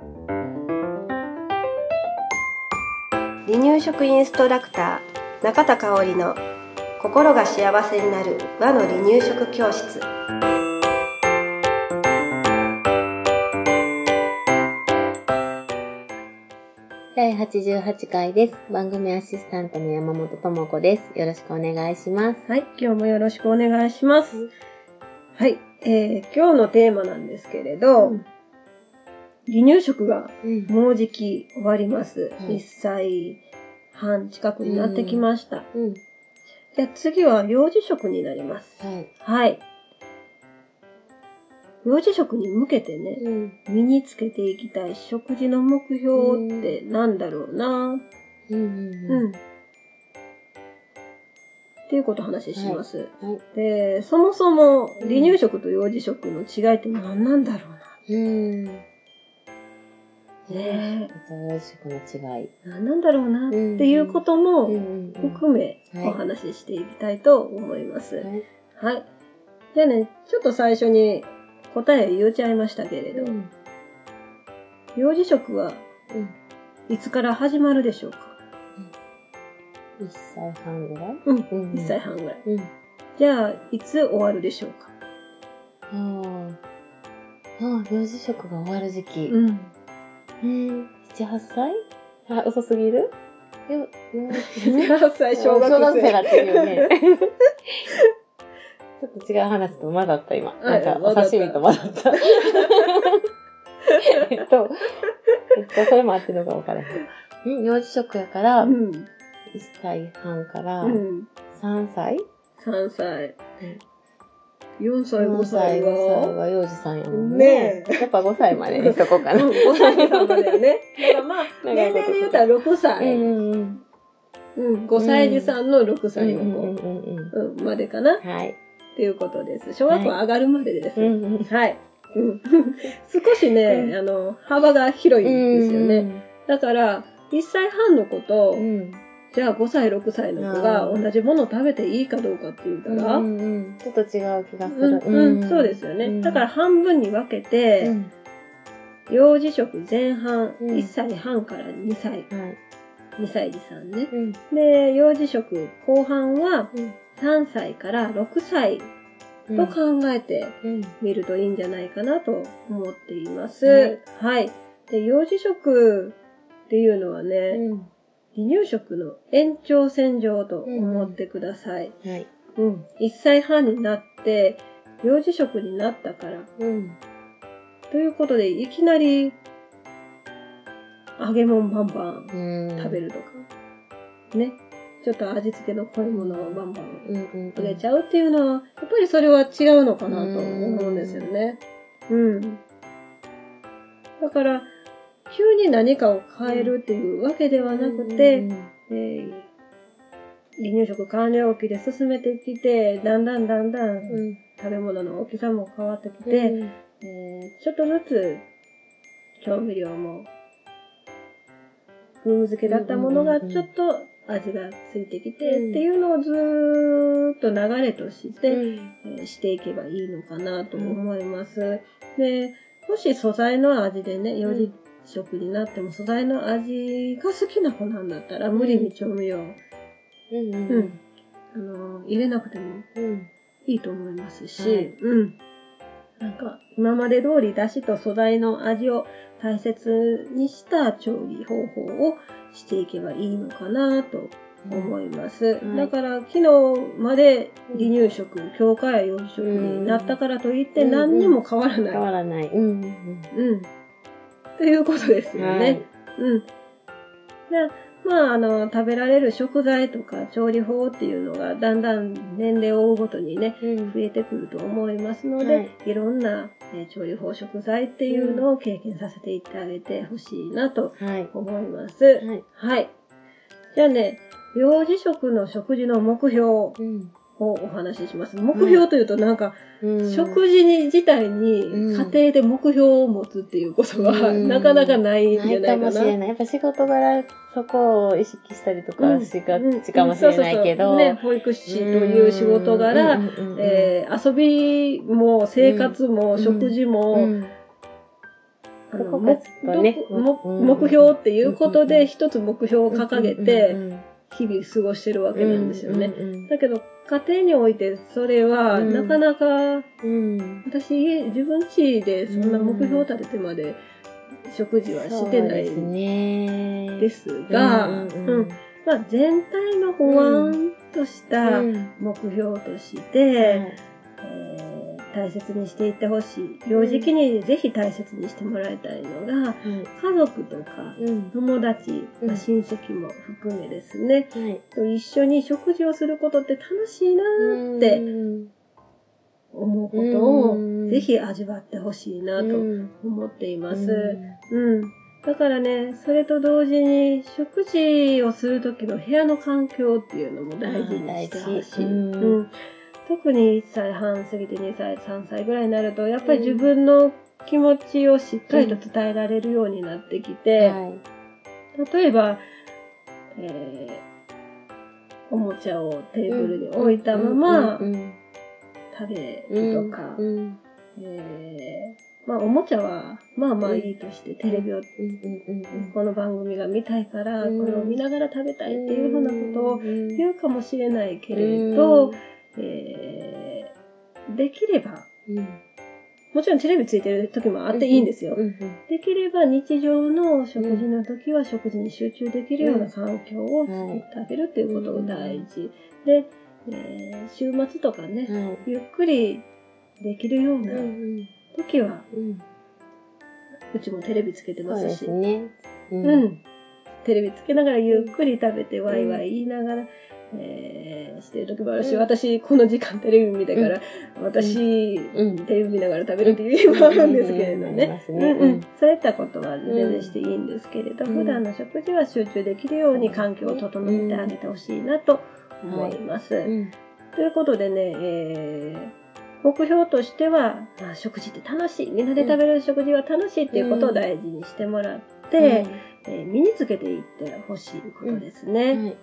離乳食インストラクター中田香織の心が幸せになる和の離乳食教室。 第88回です。番組アシスタントの山本智子です。よろしくお願いします。 はい、今日もよろしくお願いします。はい、今日のテーマなんですけれど、離乳食がもうじき終わります。1歳半近くになってきました。じゃあ次は幼児食になります。はい。幼児食に向けてね、身につけていきたい食事の目標ってなんだろうな。っていうことを話します。で、そもそも離乳食と幼児食の違いって何なんだろうな。 幼児食の違い。 何なんだろうなっていうことも含めお話ししていきたいと思います。はい。じゃあね、ちょっと最初に答え言っちゃいましたけれど、幼児食はいつから始まるでしょうか ？1歳半ぐらい ？1歳半ぐらい。じゃあ、いつ終わるでしょうか？ 幼児食が終わる時期。7、8歳？遅すぎる ？7、8歳小学生だってるよね。ちょっと違う話と混ざった今。なんかお刺身と混ざった。それもあってるのか分からへん。幼児食やから、1歳半から3歳 ?3 歳。4歳、5歳は幼児さんやもんね。やっぱ5歳までにしとこうかな。 5歳までだよね。だからまあ、年齢で言うたら6歳。5歳児さんの6歳の子までかな。はい。っていうことです。小学校上がるまでです。はい。少しね、幅が広いんですよね。だから、1歳半の子と、じゃあ5歳、6歳の子が同じものを食べていいかどうかって言ったら、 ちょっと違う気がする。 そうですよね。だから半分に分けて、幼児食前半、1歳半から2歳。2歳児さんね。で、幼児食後半は3歳から6歳と考えてみるといいんじゃないかなと思っています。はい。で、幼児食っていうのはね、離乳食の延長線上と思ってください。1歳半になって幼児食になったから。ということで、いきなり揚げ物バンバン食べるとか、ね。ちょっと味付けの濃いものをバンバン揚げちゃうっていうのは、やっぱりそれは違うのかなと思うんですよね。だから、急に何かを変えるっていうわけではなくて、離乳食完了期で進めてきて、だんだん食べ物の大きさも変わってきて、ちょっとずつ調味料も風味付けだったものがちょっと味がついてきてっていうのをずーっと流れとして、していけばいいのかなと思います。で、もし素材の味でね、幼児食になっても素材の味が好きな子なんだったら無理に調味料入れなくてもいいと思いますし、なんか今まで通り出汁と素材の味を大切にした調理方法をしていけばいいのかなと思います。だから昨日まで離乳食、今日から幼児食になったからといって何にも変わらない。 変わらない。 ということですよね。で、食べられる食材とか調理法っていうのがだんだん年齢を追うごとにね、増えてくると思いますので、いろんな調理法、食材っていうのを経験させていってあげてほしいなと思います。はい。じゃあね、幼児食の食事の目標をお話しします。目標というとなんか、食事自体に家庭で目標を持つっていうことはなかなかないんじゃないかな。 ないかもしれない。やっぱ仕事柄そこを意識したりとかしがちかもしれないけど。 保育士という仕事柄、遊びも生活も食事も、 目標っていうことで一つ目標を掲げて日々過ごしてるわけなんですよね。だけど家庭においてそれはなかなか、私自分家でそんな目標を立ててまで食事はしてないですが、まあ、全体の保安とした目標として、大切にしていってほしい。幼児期にぜひ大切にしてもらいたいのが、家族とか友達、親戚も含めですね、と一緒に食事をすることって楽しいなって思うことをぜひ味わってほしいなと思っています。だからね、それと同時に食事をするときの部屋の環境っていうのも大事にしてほしい。特に1歳半過ぎて2歳、3歳ぐらいになると、やっぱり自分の気持ちをしっかりと伝えられるようになってきて、例えば、おもちゃをテーブルに置いたまま食べるとか、まあおもちゃはまあまあいいとしてテレビをこの番組が見たいからこれを見ながら食べたいっていうふうなことを言うかもしれないけれど、できれば、もちろんテレビついてる時もあっていいんですよ。できれば日常の食事の時は食事に集中できるような環境を作ってあげるっていうことが大事で、週末とかね、ゆっくりできるような時は、うちもテレビつけてますし、テレビつけながらゆっくり食べてワイワイ言いながら、してる時もあるし、私この時間テレビ見たから、私、テレビ見ながら食べるっていう日もあるんですけれどね。そういったことは全然していいんですけれど、普段の食事は集中できるように環境を整えてあげてほしいなと思います。ということでね、目標としては、まあ、食事って楽しい。みんなで食べる食事は楽しいっていうことを大事にしてもらって、身につけていってほしいことですね。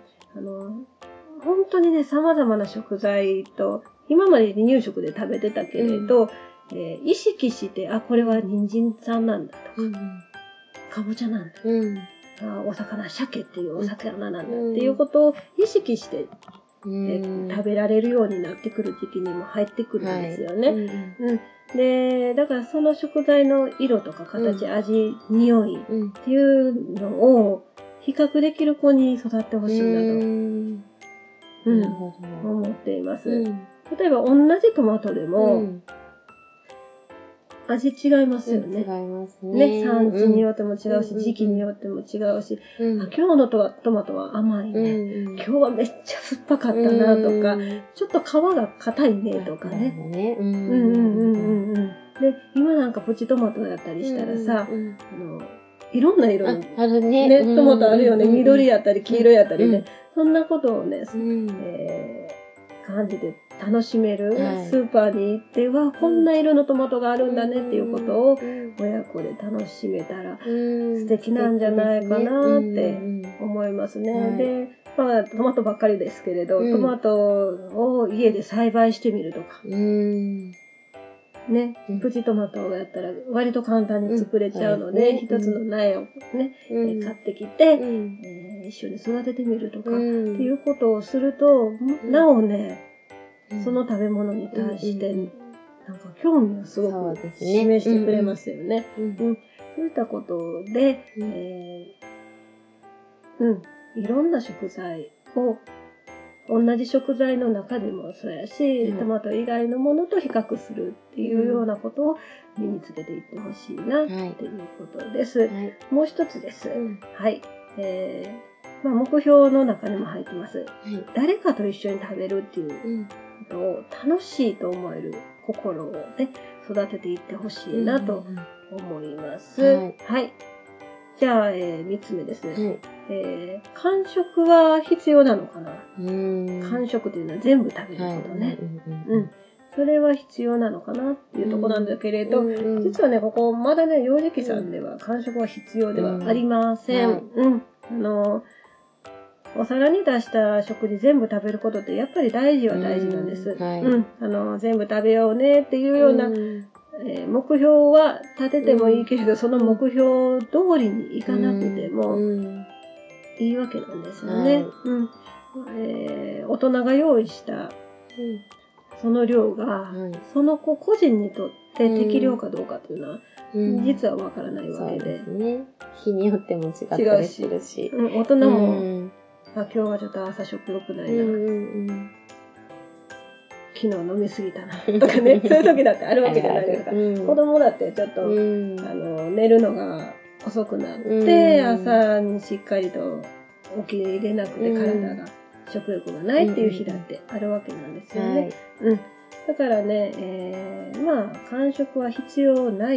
本当にね、様々な食材と、今まで離乳食で食べてたけれど、意識して、あ、これは人参さんなんだとか、かぼちゃなんだ。お魚、鮭っていうお魚なんだっていうことを意識して、食べられるようになってくる時期にも入ってくるんですよね。で、だからその食材の色とか形、味、匂いっていうのを比較できる子に育ってほしいなと、思っています。例えば同じトマトでも、味違いますよね。 違いますね。 産地によっても違うし、時期によっても違うし、今日のトマトは甘いね。今日はめっちゃ酸っぱかったなとか、ちょっと皮が硬いねとかね。で、今なんかプチトマトだったりしたらさ、いろんな色のトマトあるよね。緑やったり黄色やったりね。そんなことをね、感じて楽しめる、スーパーに行ってはこんな色のトマトがあるんだねっていうことを親子で楽しめたら素敵なんじゃないかなって思いますね。で、まあトマトばっかりですけれど、トマトを家で栽培してみるとか。ね、プチトマトをやったら割と簡単に作れちゃうので、一つの苗をね、買ってきて、一緒に育ててみるとかっていうことをすると、なおね、その食べ物に対してなんか興味をすごく示してくれますよね。そういったことで、いろんな食材を同じ食材の中でもそうやし、トマト以外のものと比較するっていうようなことを身につけていってほしいなっていうことです。もう一つです。目標の中にも入ってます。誰かと一緒に食べるっていうことを楽しいと思える心をね、育てていってほしいなと思います。じゃあ、3つ目ですね。間食は必要なのかな？間食というのは全部食べることね。それは必要なのかなっていうところなんだけれど、実はね、ここまだね、幼児期さんでは間食は必要ではありません。お皿に出した食事全部食べることってやっぱり大事は大事なんです。全部食べようねっていうような目標は立ててもいいけれど、その目標通りにいかなくてもいいわけなんですよね。大人が用意したその量が、その子個人にとって適量かどうかというのは、実はわからないわけで。 日によっても違ったりするし。 大人も、今日はちょっと朝食良くないな。昨日飲みすぎたな。とかね、そういう時だってあるわけじゃないですか。子供だってちょっと、寝るのが遅くなって、朝にしっかりと起きれなくて体が食欲がないっていう日だってあるわけなんですよね。だからね、間食は必要ない。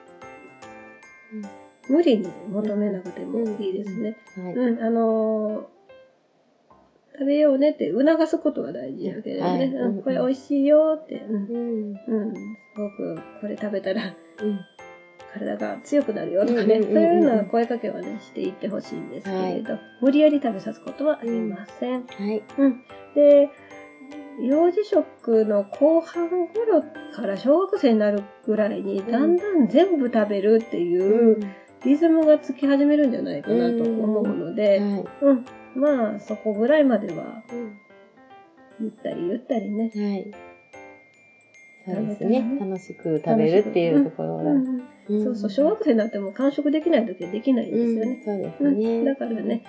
無理に求めなくてもいいですね。食べようねって促すことが大事やけどね。これ美味しいよって。すごくこれ食べたら体が強くなるよとかね。そういうのは声かけはね、していってほしいんですけれど、無理やり食べさすことはありません。で、幼児食の後半頃から小学生になるぐらいにだんだん全部食べるっていうリズムがつき始めるんじゃないかなと思うので、そこぐらいまではゆったりね。 そうですね。楽しく食べるっていうところが。 そうそう、小学生になっても完食できないときはできないんですよね。 そうですね。 だからね、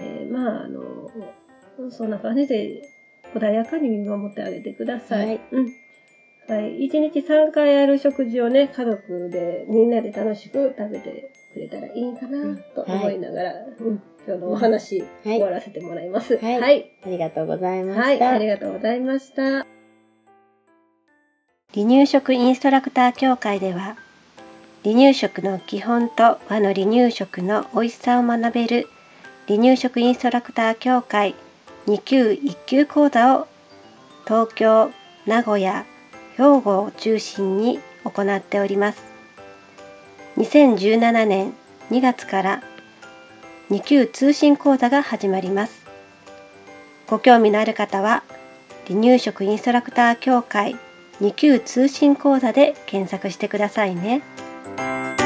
そんな感じで穏やかに見守ってあげてください。1日3回ある食事をね、家族でみんなで楽しく食べてくれたらいいかなと思いながら、今日のお話終わらせてもらいます。 ありがとうございました。 ありがとうございました。離乳食インストラクター協会では、離乳食の基本と和の離乳食の美味しさを学べる離乳食インストラクター協会2級1級講座を東京、名古屋、兵庫を中心に行っております。2017年2月から2級通信講座が始まります。ご興味のある方は、離乳食インストラクター協会2級通信講座で検索してくださいね。